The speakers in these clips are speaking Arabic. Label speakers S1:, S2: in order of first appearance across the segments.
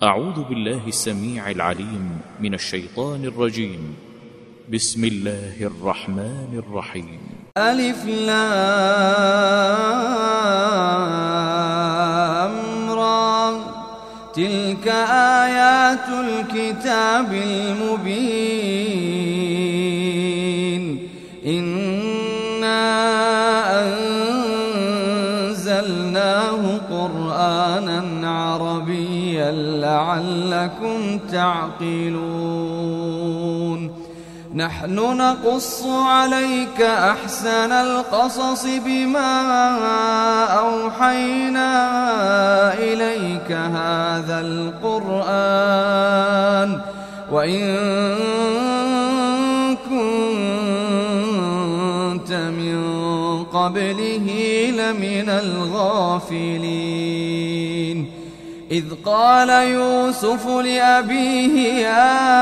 S1: أعوذ بالله السميع العليم من الشيطان الرجيم. بسم الله الرحمن الرحيم.
S2: ألف لام را، تلك آيات الكتاب المبين. إنا أنزلناه قرآنا عربيا لعلكم تعقلون. نحن نقص عليك أحسن القصص بما أوحينا إليك هذا القرآن وإن كنت من قبله لمن الغافلين. إذ قال يوسف لأبيه يا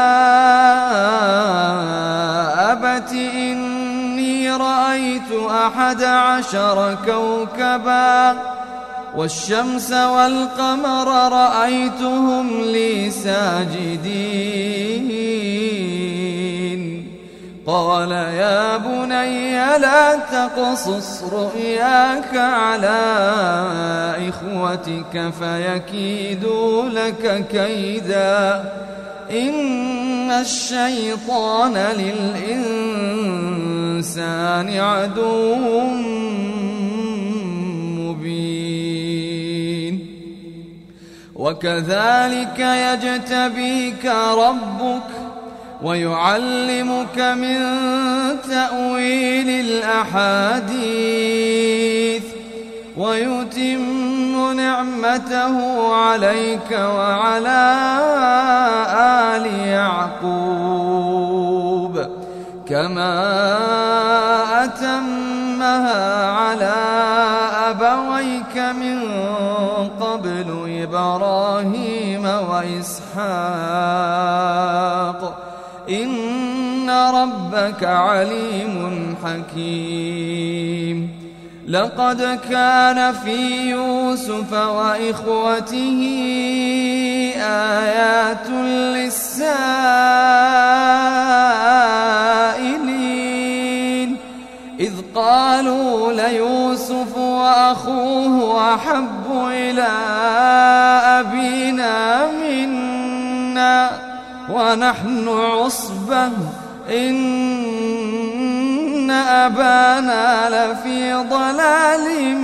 S2: أبت إني رأيت 11 كوكبا والشمس والقمر رأيتهم لي ساجدين. قال يا بني لا تقصص رؤياك على إخوتك فيكيدوا لك كيدا إن الشيطان للإنسان عدو مبين. وكذلك يجتبيك ربك ويعلمك من تأويل الأحاديث ويتم نعمته عليك وعلى آل يعقوب كما أتمها على أبويك من قبل إبراهيم وإسحاق إن ربك عليم حكيم. لقد كان في يوسف وإخوته آيات للسائلين إذ قالوا ليوسف وأخوه أحب إلى أبينا منا ونحن عصبة إن أبانا لفي ضلال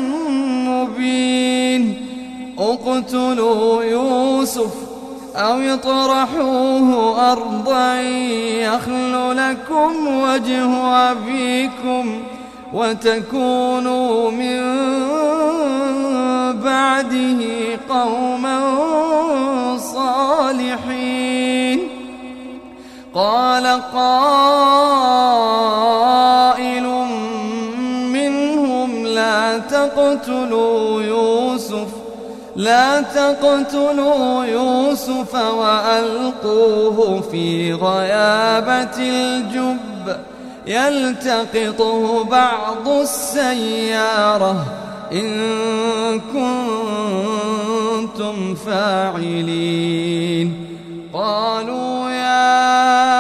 S2: مبين. اقتلوا يوسف أو اطرحوه أرضا يخل لكم وجه أبيكم وتكونوا من بعده قوما صالحين. قال قائل منهم لا تقتلوا يوسف وألقوه في غيابة الجب يلتقطه بعض السيارة إن كنتم فاعلين. قالوا يا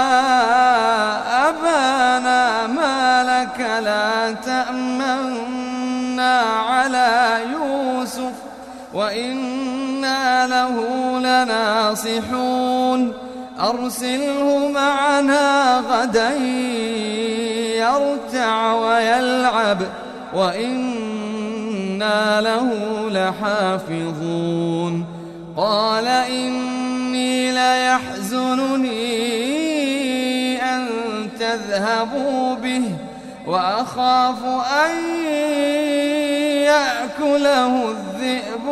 S2: أبانا ما لك لا تأمنا على يوسف وإنا له لناصحون. أرسله معنا غدا يرتع ويلعب وإنا له لحافظون. قال إني ليحزنني أن تذهبوا به وأخاف أن يأكله الذئب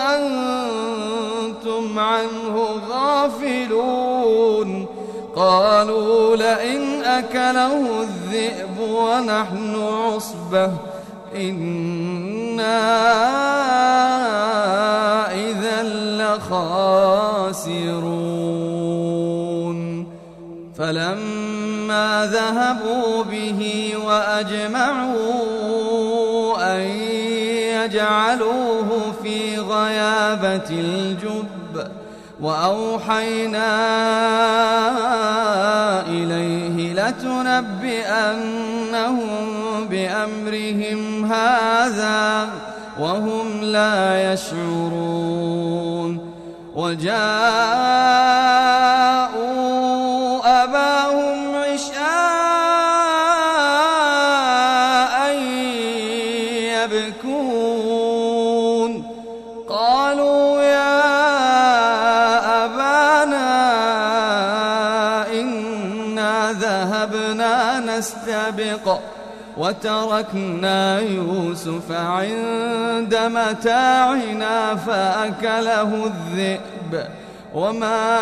S2: وأنتم عنه غافلون. قالوا لئن أكله الذئب ونحن عصبة إنا إذا لخاسرون. فلما ذهبوا به وأجمعوا أن يجعلوه في غيابة الجب وأوحينا إليه لتنبئنهم بأمرهم هذا وهم لا يشعرون وجاءوا أباهم عشاء يبكون قالوا يا أبانا إنا ذهبنا نستبق وتركنا يوسف عند متاعنا فأكله الذئب وما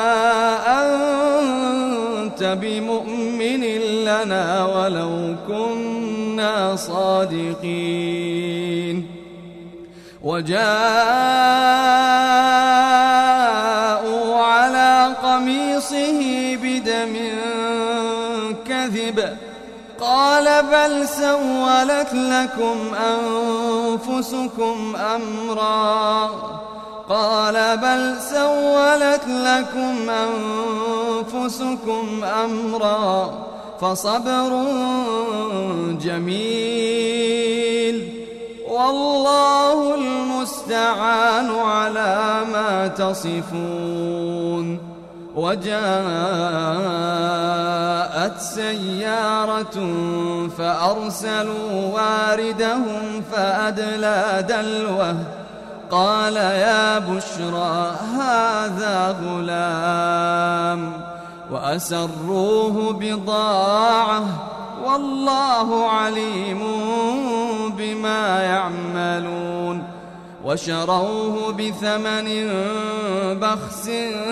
S2: أنت بمؤمن لنا ولو كنا صادقين وجاءوا على قميصه بدم كذب قال بل سولت لكم أنفسكم أمرا فصبر جميل والله المستعان على ما تصفون وجاءت سيارة فأرسلوا واردهم فأدلى دلوه قال يا بشرى هذا غلام وأسروه بضاعة والله عليم بما يعملون وشروه بثمن بخس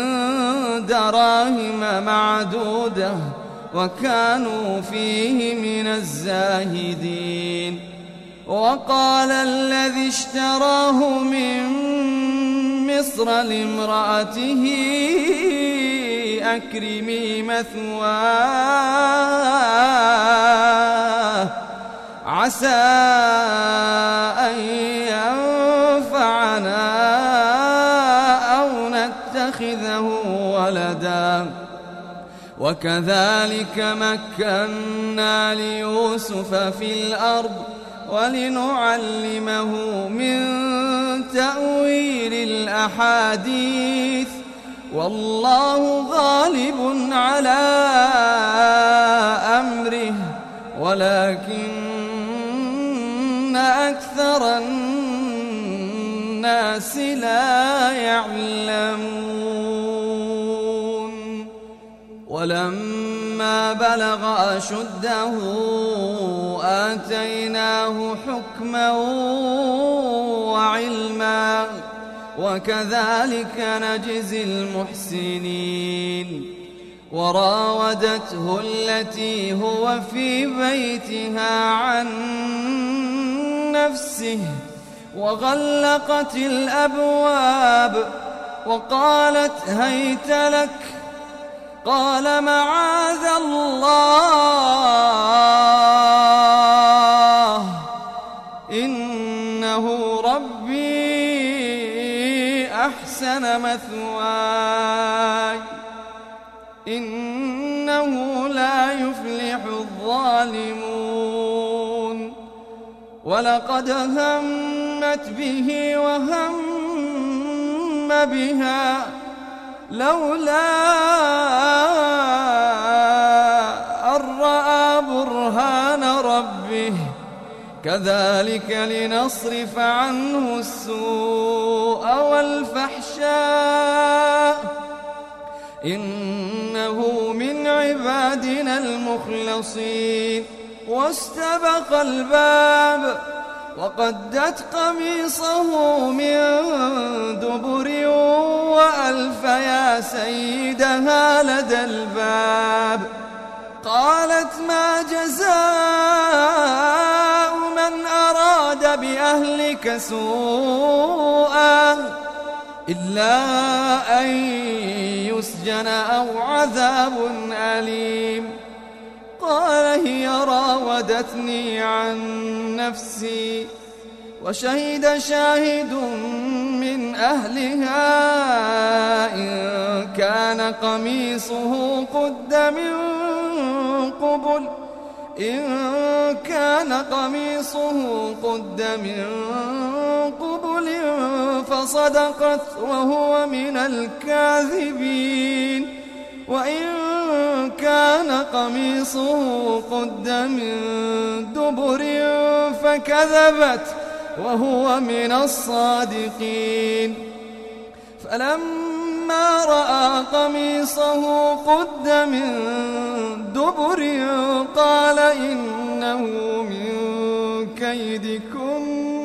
S2: دراهم معدودة وكانوا فيه من الزاهدين وقال الذي اشتراه من مصر لامرأته أكرمي مثواه عسى أن ينفعنا أو نتخذه ولدا وكذلك مكنا ليوسف في الأرض ولنعلمه من تأويل الأحاديث والله غالب على أمره ولكن أكثر الناس لا يعلمون ولما بلغ أشده آتيناه حكما وعلما وكذلك نجزي المحسنين وراودته التي هو في بيتها عن نفسه وغلقت الأبواب وقالت هيت لك قال معاذ الله إنه ربي أحسن مثواي إنه لا يفلح الظالمون ولقد همت به وهم بها لولا أن رأى برهان ربه كذلك لنصرف عنه السوء والفحشاء إنه من عبادنا المخلصين واستبق الباب وقدت قميصه من دبر وألف يا سيدها لدى الباب قالت ما جزاء من أراد بأهلك سوءا إلا أن يسجن أو عذاب أليم قال هي راودتني عن نفسي وشهد شاهد من أهلها إن كان قميصه قد من قبل فصدقت وهو من الكاذبين وإن كان قميصه قد من دبر فكذبت وهو من الصادقين فلما رأى قميصه قد من دبر قال إنه من كيدكن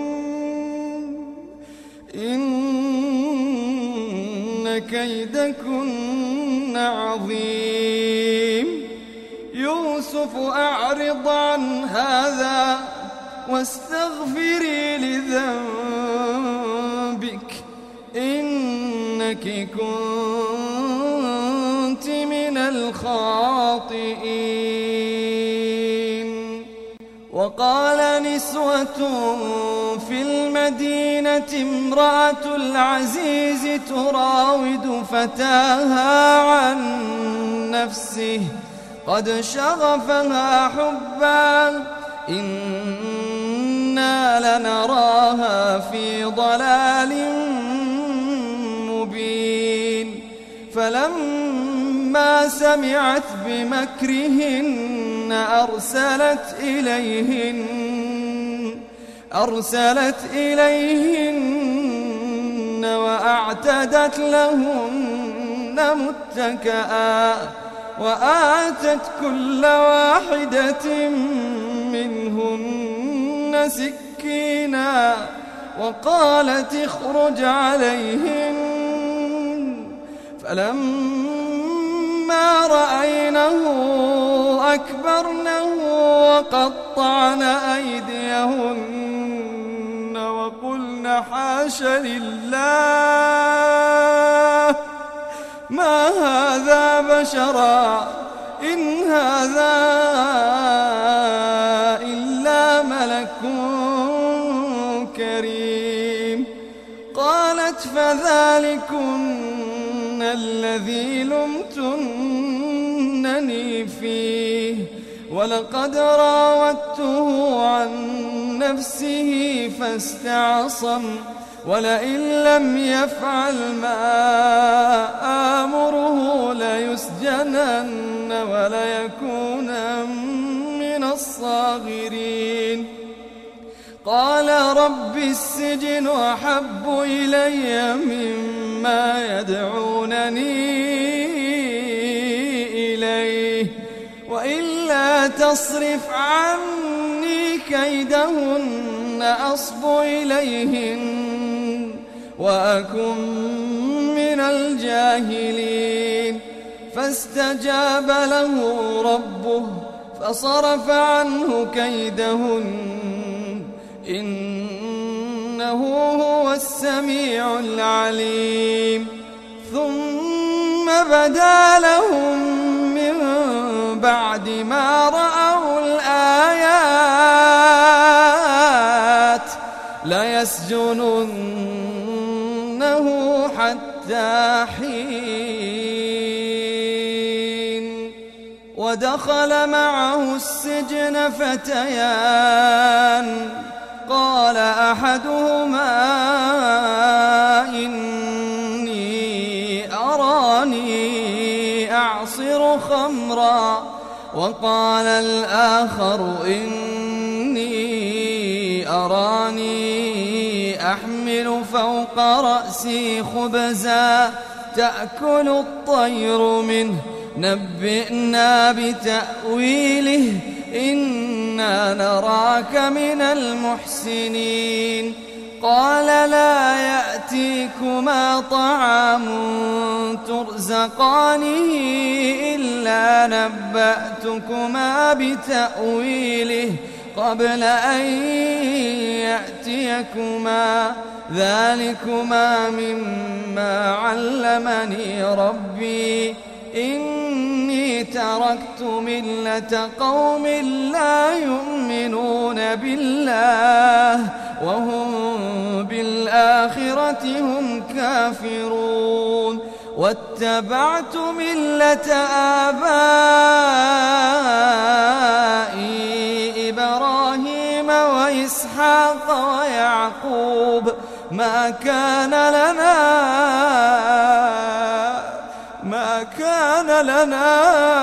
S2: إن كيدكن عظيم يوسف أعرض عن هذا واستغفري لذنبك إنك كنت من الخاطئين. وقال نسوة في المدينة امرأة العزيز تراود فتاها عن نفسه قد شغفها حبا إنا لنراها في ضلال مبين فلما سمعت بمكرهن أرسلت إليهن وأعتدت لهن متكئا وآتت كل واحدة منهن سكينا وقالت اخرج عليهن فلما رأينه أكبرنه وقطعن أيديهن وقلن حاش لله ما هذا بشرا إن هذا إلا ملك كريم. قالت فذلكن الذي لمتنني فيه ولقد راودته عن نفسه فاستعصم ولئن لم يفعل ما آمره ليسجنن وليكونن من الصاغرين. قال رب السجن أحب إلي مما يدعونني إليه وإلا تصرف عني كيدهن أصب إليهن وأكن من الجاهلين. فاستجاب له ربه فصرف عنه كيدهن إنه هو السميع العليم. ثم بدا لهم من بعد ما رأوا الآيات ليسجننه حتى حين. ودخل معه السجن فتيان قال أحدهما إني أراني أعصر خمرا وقال الآخر إني أراني أحمل فوق رأسي خبزا تأكل الطير منه نبئنا بتأويله إنا نراك من المحسنين. قال لا يأتيكما طعام ترزقانه إلا نبأتكما بتأويله قبل أن يأتيكما ذلكما مما علمني ربي إني تركت ملة قوم لا يؤمنون بالله وهم بالآخرة هم كافرون. واتبعت ملة آبائي إبراهيم وإسحاق ويعقوب ما كان لنا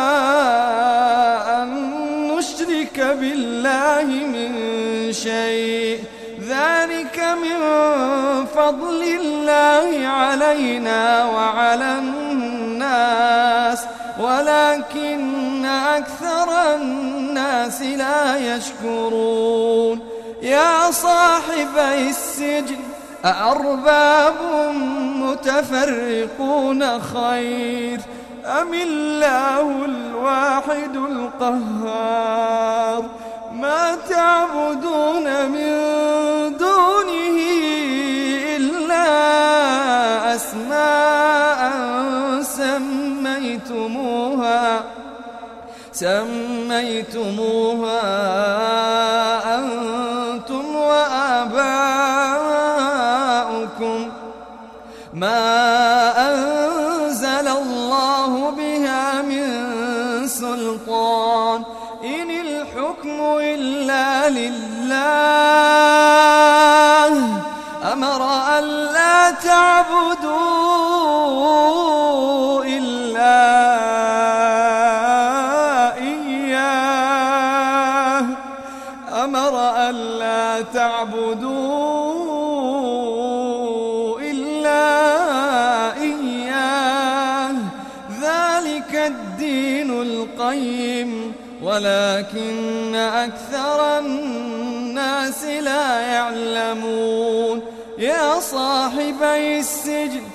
S2: أن نشرك بالله من شيء ذلك من فضل الله علينا وعلى الناس ولكن أكثر الناس لا يشكرون يا صاحبي السجن أأرباب متفرقون خير أم الله الواحد القهار ما تعبدون من دونه إلا أسماء سميتموها أنتم وآباؤكم ما أنزل الله بها من سلطان إن الحكم إلا لله أمر ألا تعبدوا إلا إياه ذلك الدين القيم ولكن أكثر الناس لا يعلمون يا صاحبي السجن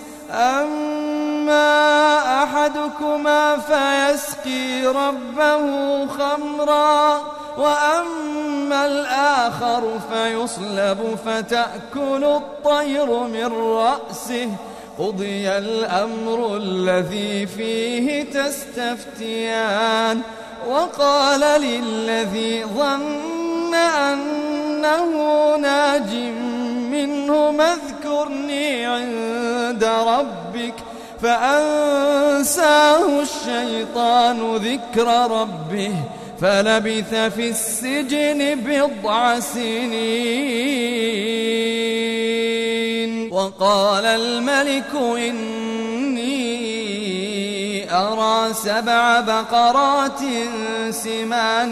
S2: أما أحدكما فيسقي ربه خمرا وأما الآخر فيصلب فتأكل الطير من رأسه قضي الأمر الذي فيه تستفتيان وقال للذي ظن أنه ناج منه اذكرني عند ربك فأنساه الشيطان ذكر ربه فلبث في السجن بضع سنين وقال الملك إني أرى 7 بقرات سمان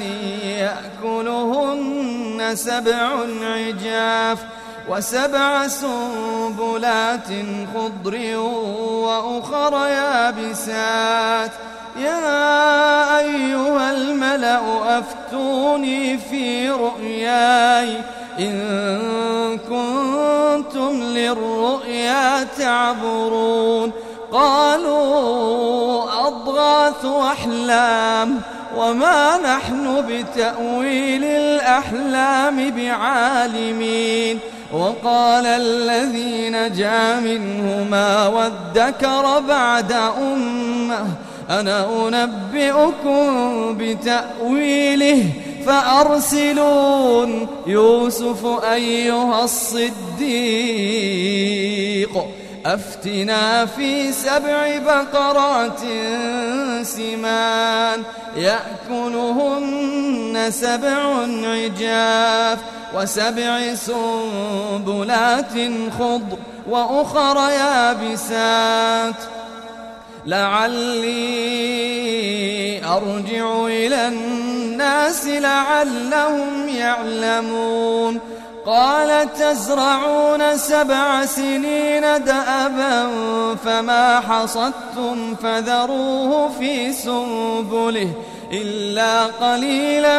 S2: يأكلهن 7 عجاف و7 سنبلات خضر وأخر يابسات يا أيها الملأ أفتوني في رؤياي إن كنتم للرؤيا تعبرون قالوا أضغاث أحلام وما نحن بتأويل الأحلام بعالمين وقال الذي نجا منهما وادكر بعد أمة أنا أنبئكم بتأويله فأرسلون يوسف أيها الصديق أفتنا في 7 بقرات سمان يأكلهن 7 عجاف و7 سنبلات خضر وأخر يابسات لعلي أرجع إلى الناس لعلهم يعلمون قال تزرعون 7 سنين دأبا فما حصدتم فذروه في سنبله إلا قليلا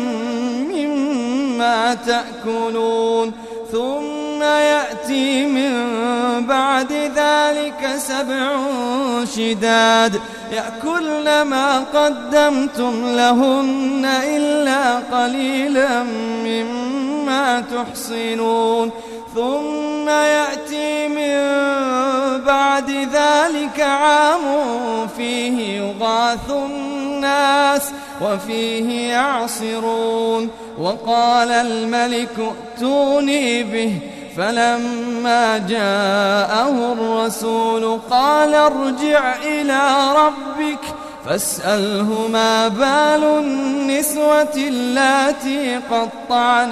S2: مما تأكلون ثم يأتي من بعد ذلك 7 شداد يأكلن ما قدمتم لهن إلا قليلا مما تحصنون ثم يأتي من بعد ذلك عام فيه يغاث الناس وفيه يعصرون وقال الملك ائتوني به فلما جاءه الرسول قال ارجع إلى ربك فاسأله ما بال النسوة اللاتي قطعن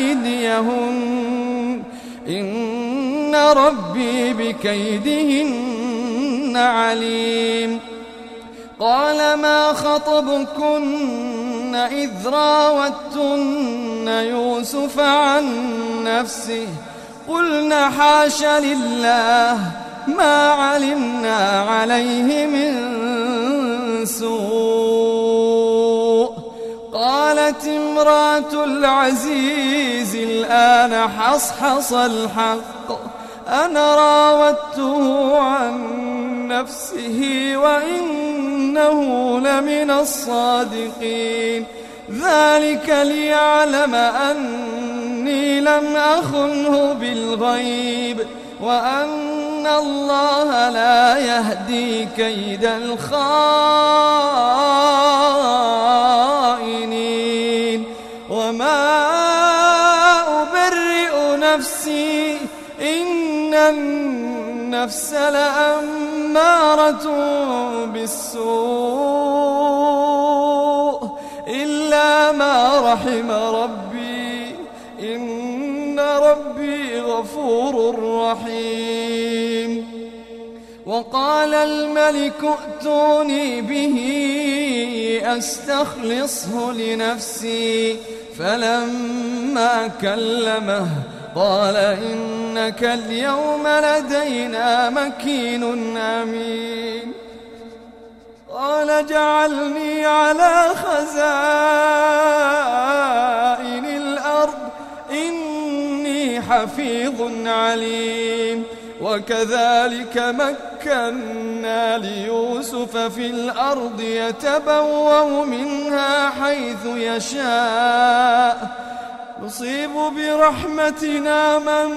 S2: أيديهن إن ربي بكيدهن عليم. قال ما خطبكن إذ راوتن يوسف عن نفسه قلنا حاش لله ما علمنا عليه من سوء. قالت امرأة العزيز الآن حصحص الحق أنا راودته عن نفسه وإنه لمن الصادقين ذلك ليعلم أني لم أخنه بالغيب وأن الله لا يهدي كيد الخائنين. وما أبرئ نفسي إن النفس لأمارة بالسوء إلا ما رحم ربي إن ربي غفور رحيم. وقال الملك ائتوني به أستخلصه لنفسي فلما كلمه قال إنك اليوم لدينا مكين أمين. قال اجعلني على خزائن الأرض إني حفيظ عليم. وكذلك مكنا ليوسف في الأرض يتبوأ منها حيث يشاء نصيب برحمتنا من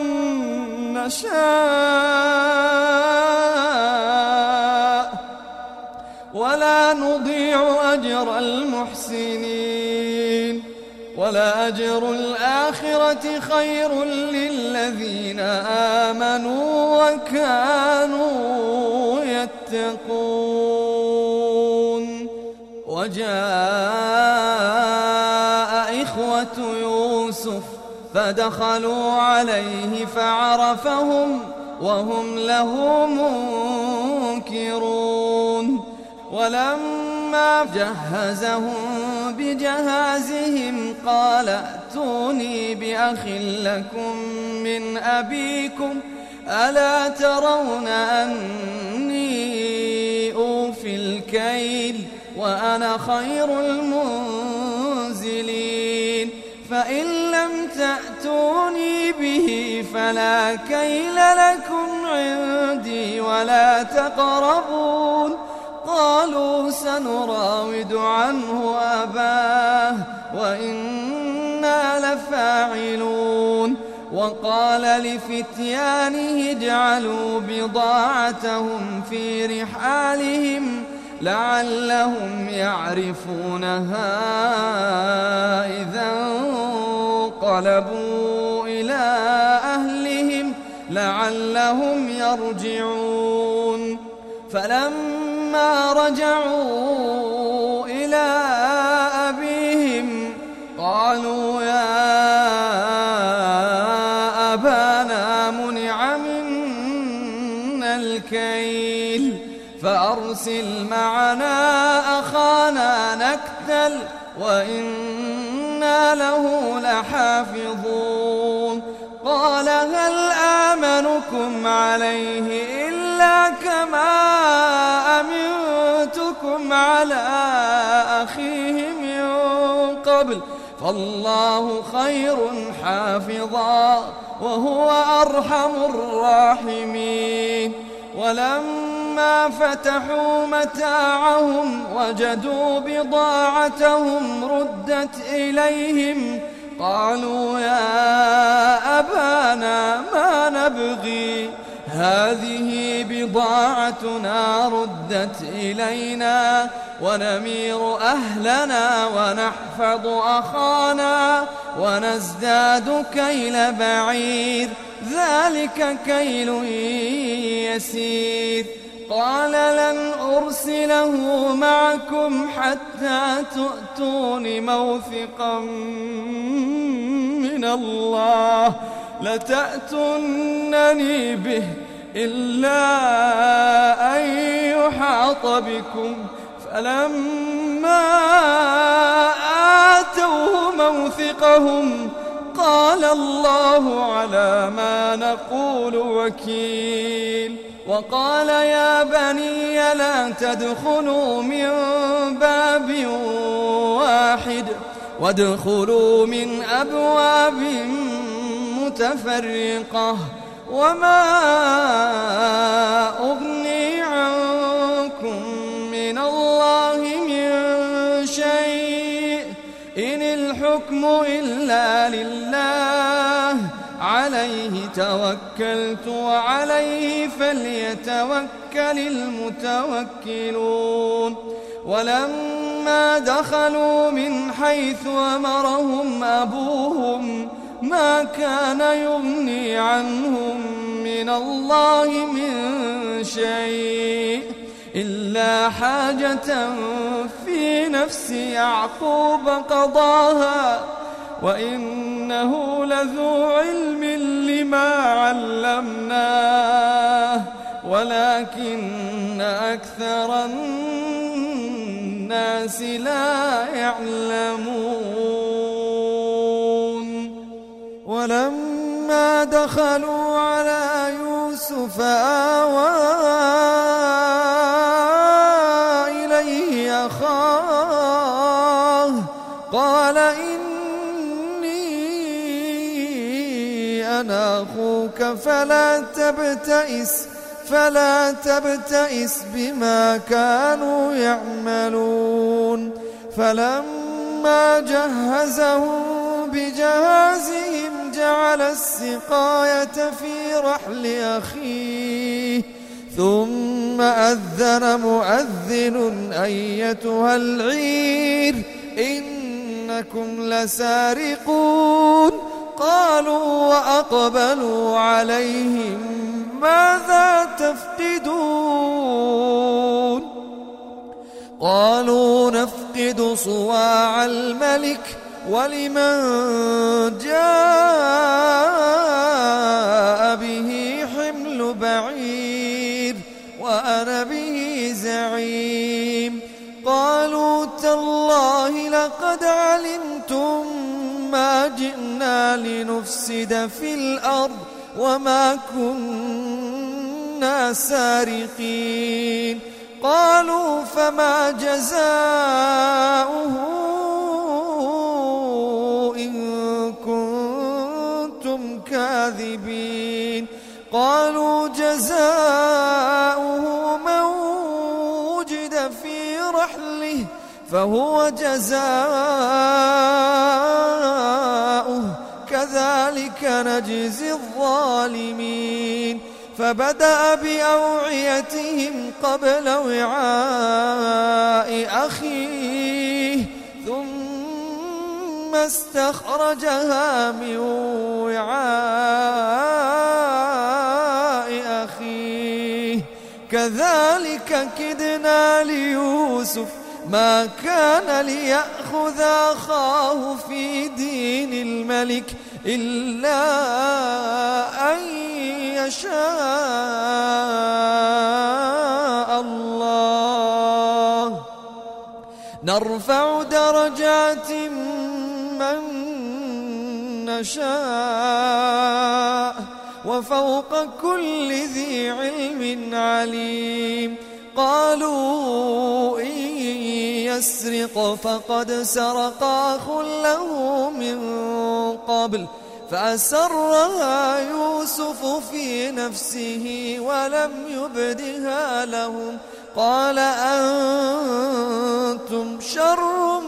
S2: نشاء ولا نضيع أجر المحسنين ولا أجر الآخرة خير للذين آمنوا وكانوا يتقون. وجاء إخوة يوسف فدخلوا عليه فعرفهم وهم له منكرون. ولما جهزهم بجهازهم قال ائتوني بأخ لكم من أبيكم ألا ترون أني أوفي الكيل وأنا خير المنزلين فإن لم تأتوني به فلا كيل لكم عندي ولا تقربون. قالوا سنراود عنه أباه وإنا لفاعلون. وقال لفتيانه اجعلوا بضاعتهم في رحالهم لعلهم يعرفونها إذا انقلبوا إلى أهلهم لعلهم يرجعون. فلما رجعوا إلى أبيهم قالوا يا أبانا منع منا الكيل فأرسل معنا أخانا نكتل وإنا له لحافظون. قال هل آمنكم عليه إلا كما أمنتكم على أخيه من قبل فالله خير حافظا وهو أرحم الراحمين. ولما فتحوا متاعهم وجدوا بضاعتهم ردت إليهم قالوا يا أبانا ما نبغي هذه بضاعتنا ردت إلينا ونمير أهلنا ونحفظ أخانا ونزداد كيل بعير ذلك كيل يسير. قال لن أرسله معكم حتى تؤتون موثقا من الله لتأتونني به إلا أن يحاط بكم. فلما آتوه موثقهم قال الله على ما نقول وكيل. وقال يا بني لا تدخلوا من باب واحد وادخلوا من أبواب متفرقة وما أغني عنكم من الله من شيء إن الحكم إلا لله عليه توكلت وعليه فليتوكل المتوكلون. ولما دخلوا من حيث أمرهم أبوهم ما كان يغني عنهم من الله من شيء إلا حاجة في نفس يعقوب قضاها وإنه لذو علم لما علمناه ولكن أكثر الناس لا يعلمون. ولما دخلوا على يوسف آوى إليه أخاه قال أنا أخوك فلا تبتئس بما كانوا يعملون. فلما جهزهم بجهازهم جعل السقاية في رحل أخيه ثم أذن مؤذن أيتها العير إنكم لسارقون. قالوا وأقبلوا عليهم ماذا تفقدون؟ قالوا نفقد صواع الملك ولمن جاء به حمل بعير وأنا به زعيم. قالوا تالله لقد علمتم ما جئنا لنفسد في الأرض وما كنا سارقين. قالوا فما جزاؤه إن كنتم كاذبين؟ قالوا جزاؤه من وجد في رحله فهو جزاؤه كذلك نجزي الظالمين. فبدأ بأوعيتهم قبل وعاء أخيه ثم استخرجها من وعاء أخيه كذلك كدنا ليوسف ما كان ليأخذ أخاه في دين الملك إلا أن يشاء الله نرفع درجات من نشاء وفوق كل ذي علم عليم. قالوا إن يسرق فقد سرق أخ له من قبل فأسرها يوسف في نفسه ولم يبدها لهم قال أنتم شر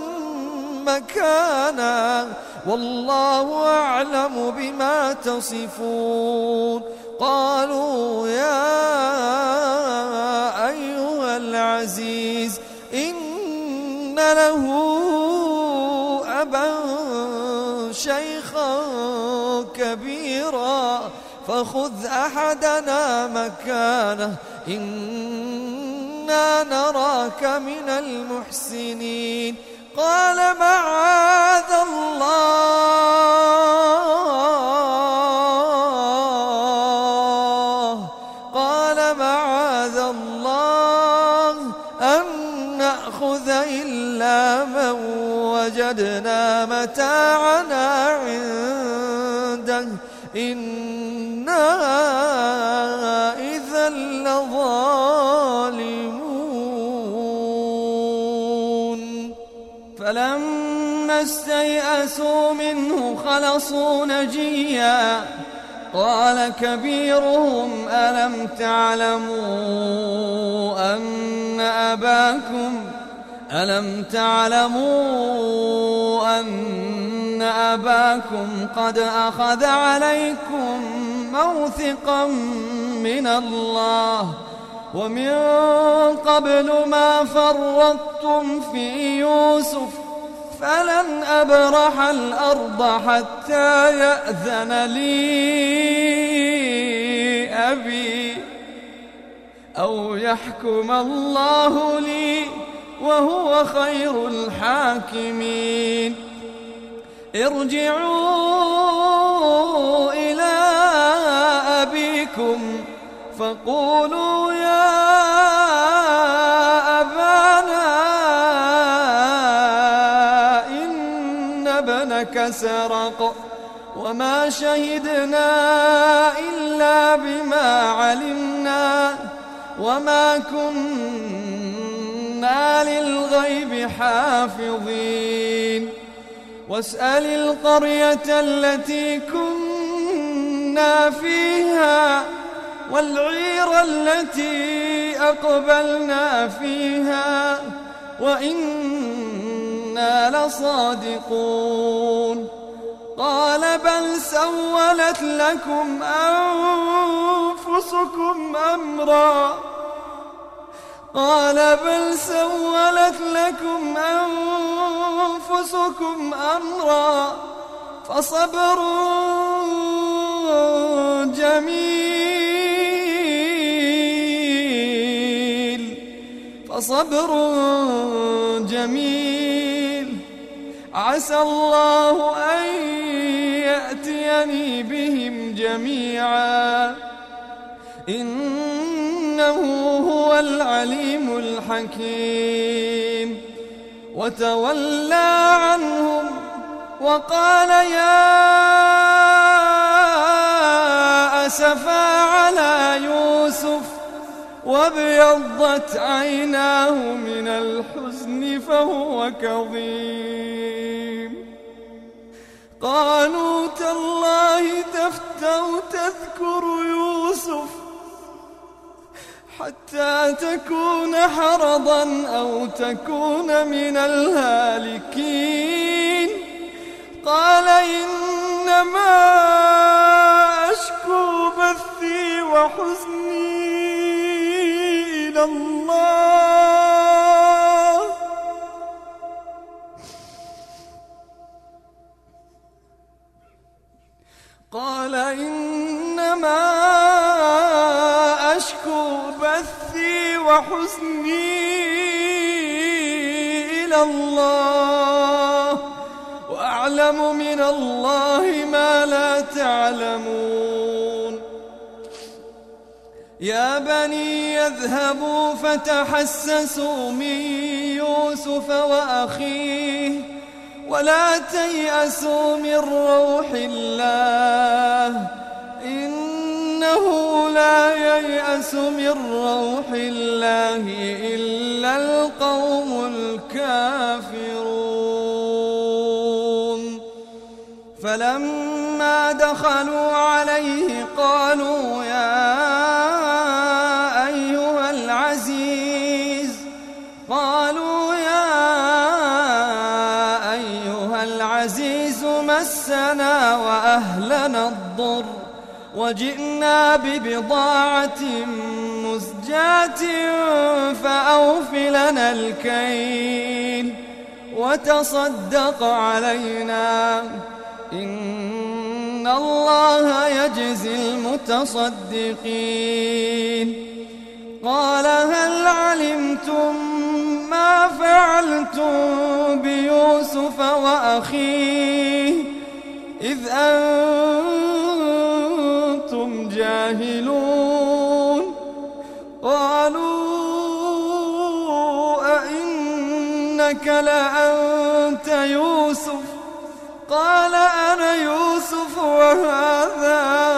S2: مكانا والله أعلم بما تصفون. قالوا يا أيها العزيز إن له أبا شيخا كبيرا فخذ أحدنا مكانه إنا نراك من المحسنين. قال معاذ الله أن نأخذ إلا من وجدنا متاعنا عنده إنا إذا لظالمون. فلما استيئسوا منه خلصوا نجيا قال كبيرهم ألم تعلموا أن أباكم قد أخذ عليكم موثقا من الله ومن قبل ما فرطتم في يوسف فلن أبرح الأرض حتى يأذن لي أبي أو يحكم الله لي وهو خير الحاكمين. ارجعوا إلى أبيكم فقولوا يا أبانا إن ابنك سرق وما شهدنا إلا بما علمنا وما كنا للغيب حافظين. واسأل القرية التي كنا فيها والعير التي أقبلنا فيها وإنا لصادقون. قال بل سولت لكم أنفسكم أمرا فصبر جميل عسى الله أن يأتيني بهم جميعا إنه هو العليم الحكيم. وتولى عنهم وقال يا أسفا على يوسف وابيضت عيناه من الحزن فهو كظيم. قالوا تالله تفتأ تذكر يوسف حتى تكون حرضا أو تكون من الهالكين. قال إنما أشكو بثي وحزني إلى الله وأعلم من الله ما لا تعلمون. يا بني يذهبوا فتحسسوا من يوسف وأخيه ولا تيأسوا من روح الله إنه لا ييأس من روح الله إلا القوم الكافرون. فلما دخلوا عليه قالوا يا أيها العزيز مسنا وأهلنا الضر وجئنا ببضاعة مزجاة فأوف لنا الكيل وتصدق علينا إن إن الله يجزي المتصدقين. قال هل علمتم ما فعلتم بيوسف وأخيه إذ أنتم جاهلون؟ قالوا أئنك لأنت يوسف؟ قال أنا يوسف وهذا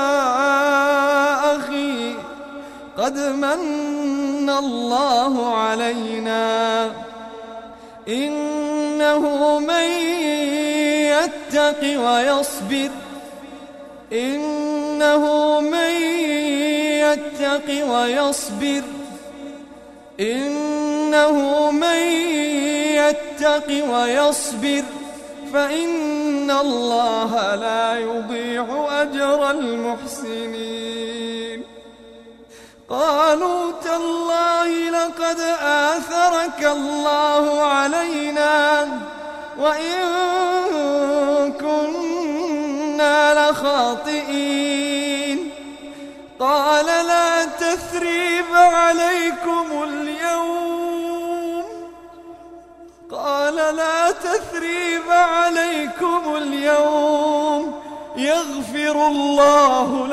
S2: أخي قد من الله علينا إنه من يتق ويصبر فإن الله لا يضيع أجر المحسنين. قالوا تالله لقد آثرك الله علينا وإن كنا لخاطئين. قال لا تثريب عليكم اليوم يغفر الله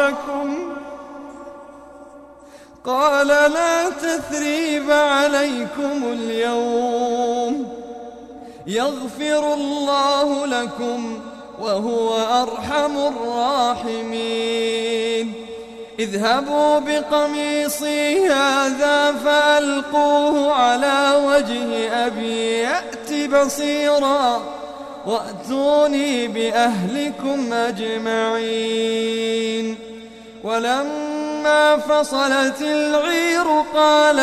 S2: لكم وهو أرحم الراحمين. اذهبوا بقميصي هذا فألقوه على وجه أبي يأت بصيرا وأتوني بأهلكم أجمعين. ولما فصلت العير قال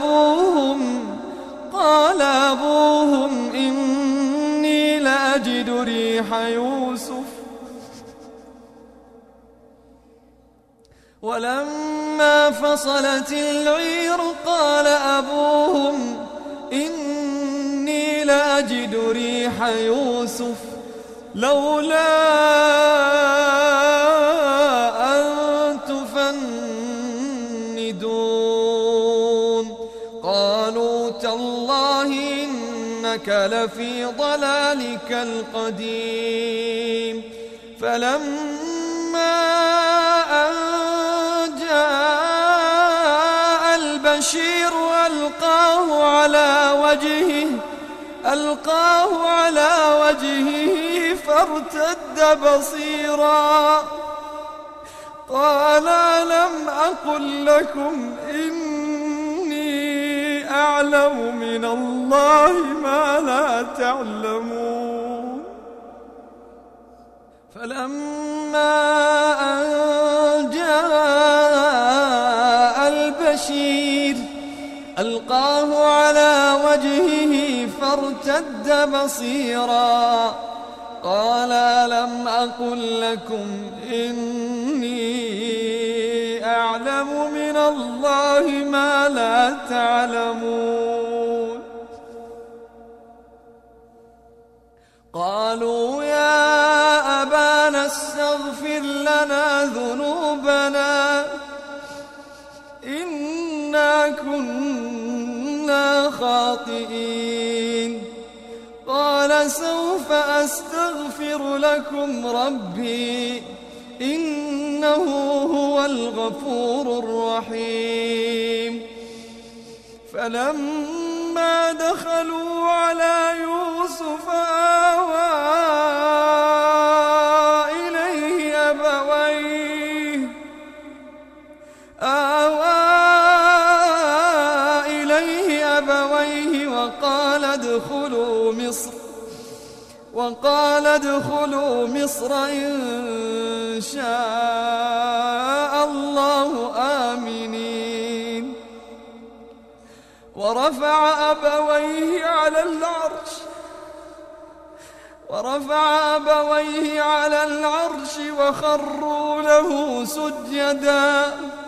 S2: أبوهم إني لأجد ريح يوسف. لولا أن تفندون. قالوا تالله إنك لفي ضلالك القديم. فلما أن جاء البشير ألقاه على وجهه فارتد بصيرا قال لم أقل لكم إني أعلم من الله ما لا تعلمون. فلما أن جاء البشير ألقاه على وجهه فارتد بصيرا قال لم أقل لكم إني أعلم من الله ما لا تعلمون. قالوا يا أبانا استغفر لنا ذنوبنا إنا كنا خاطئين. قال سوف أستغفر لكم ربي إنه هو الغفور الرحيم. فلما دخلوا على يوسف آوى إليه أبويه وقال ادخلوا مصر إن شاء الله آمنين. ورفع أبويه على العرش وخروا له سجدا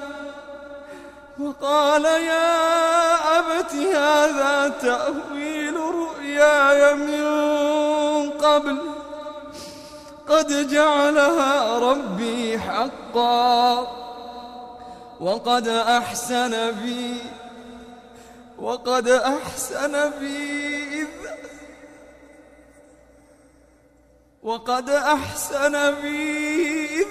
S2: وقال يا أبت هذا تأويل رؤياي من قبل قد جعلها ربي حقا وقد أحسن بي إذ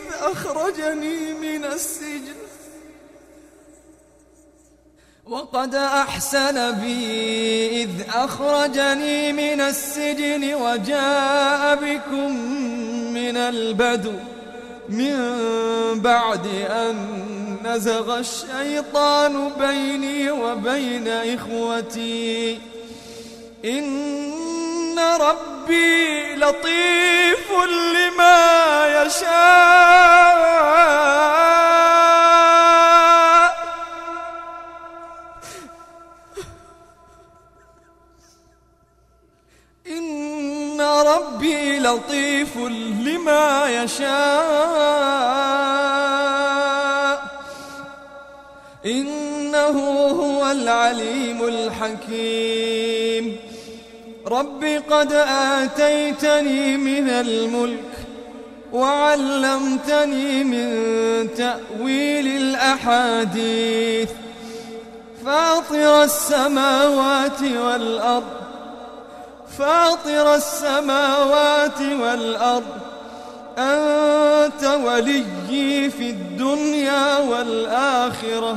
S2: أخرجني من السجن وجاء بكم من البدو من بعد أن نزغ الشيطان بيني وبين إخوتي إن ربي لطيف لما يشاء إن ربي لطيف لما يشاء إنه هو العليم الحكيم رب قد آتيتني من الملك وعلمتني من تأويل الأحاديث فاطر السماوات والأرض أنت وليي في الدنيا والآخرة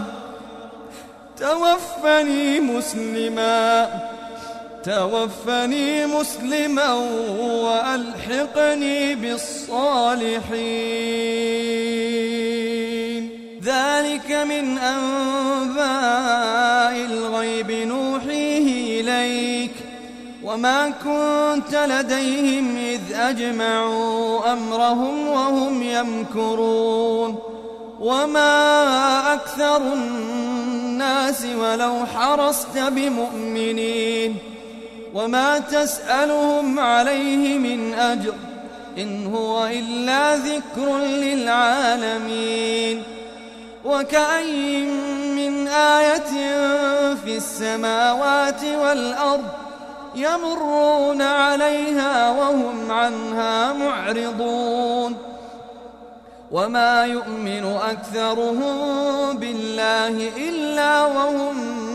S2: توفني مسلما وألحقني بالصالحين ذلك من أنباء الغيب نوحيه إليك وما كنت لديهم إذ أجمعوا أمرهم وهم يمكرون وما أكثر الناس ولو حرصت بمؤمنين وما تسألهم عليه من أجر إن هو إلا ذكر للعالمين وكأي من آية في السماوات والأرض يمرون عليها وهم عنها معرضون وما يؤمن أكثرهم بالله إلا وهم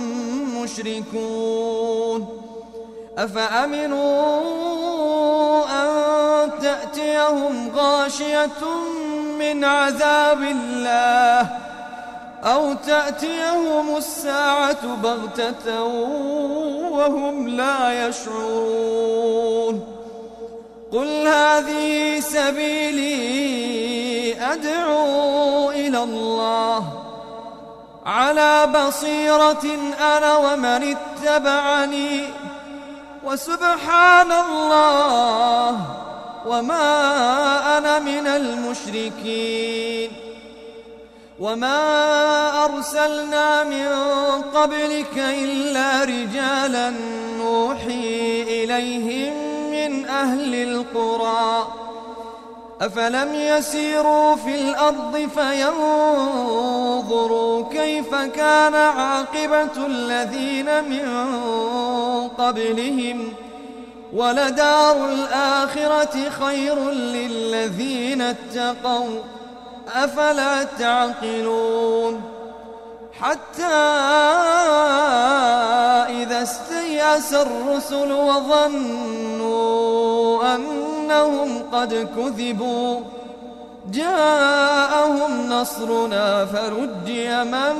S2: مشركون أفأمنوا أن تأتيهم غاشية من عذاب الله أو تأتيهم الساعة بغتة وهم لا يشعرون قل هذه سبيلي أدعو إلى الله على بصيرة أنا ومن اتبعني وسبحان الله وما أنا من المشركين وما أرسلنا من قبلك إلا رجالا نوحي إليهم من أهل القرى أفلم يسيروا في الأرض فينظروا كيف كان عاقبة الذين من قبلهم ولدار الآخرة خير للذين اتقوا أفلا تعقلون حتى إذا استيأس الرسل وظنوا أنهم قد كذبوا جاءهم نصرنا فرجي من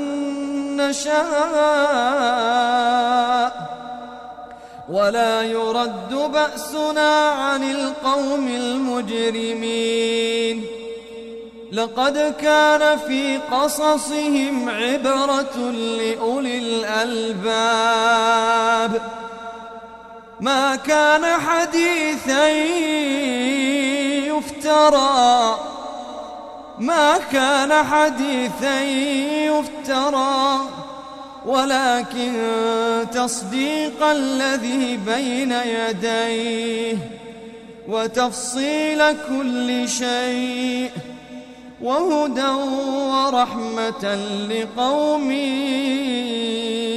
S2: نشاء ولا يرد بأسنا عن القوم المجرمين لقد كان في قصصهم عبرة لأولي الألباب ما كان حديثا يفترى ولكن تصديق الذي بين يديه وتفصيل كل شيء وهدى ورحمة لقوم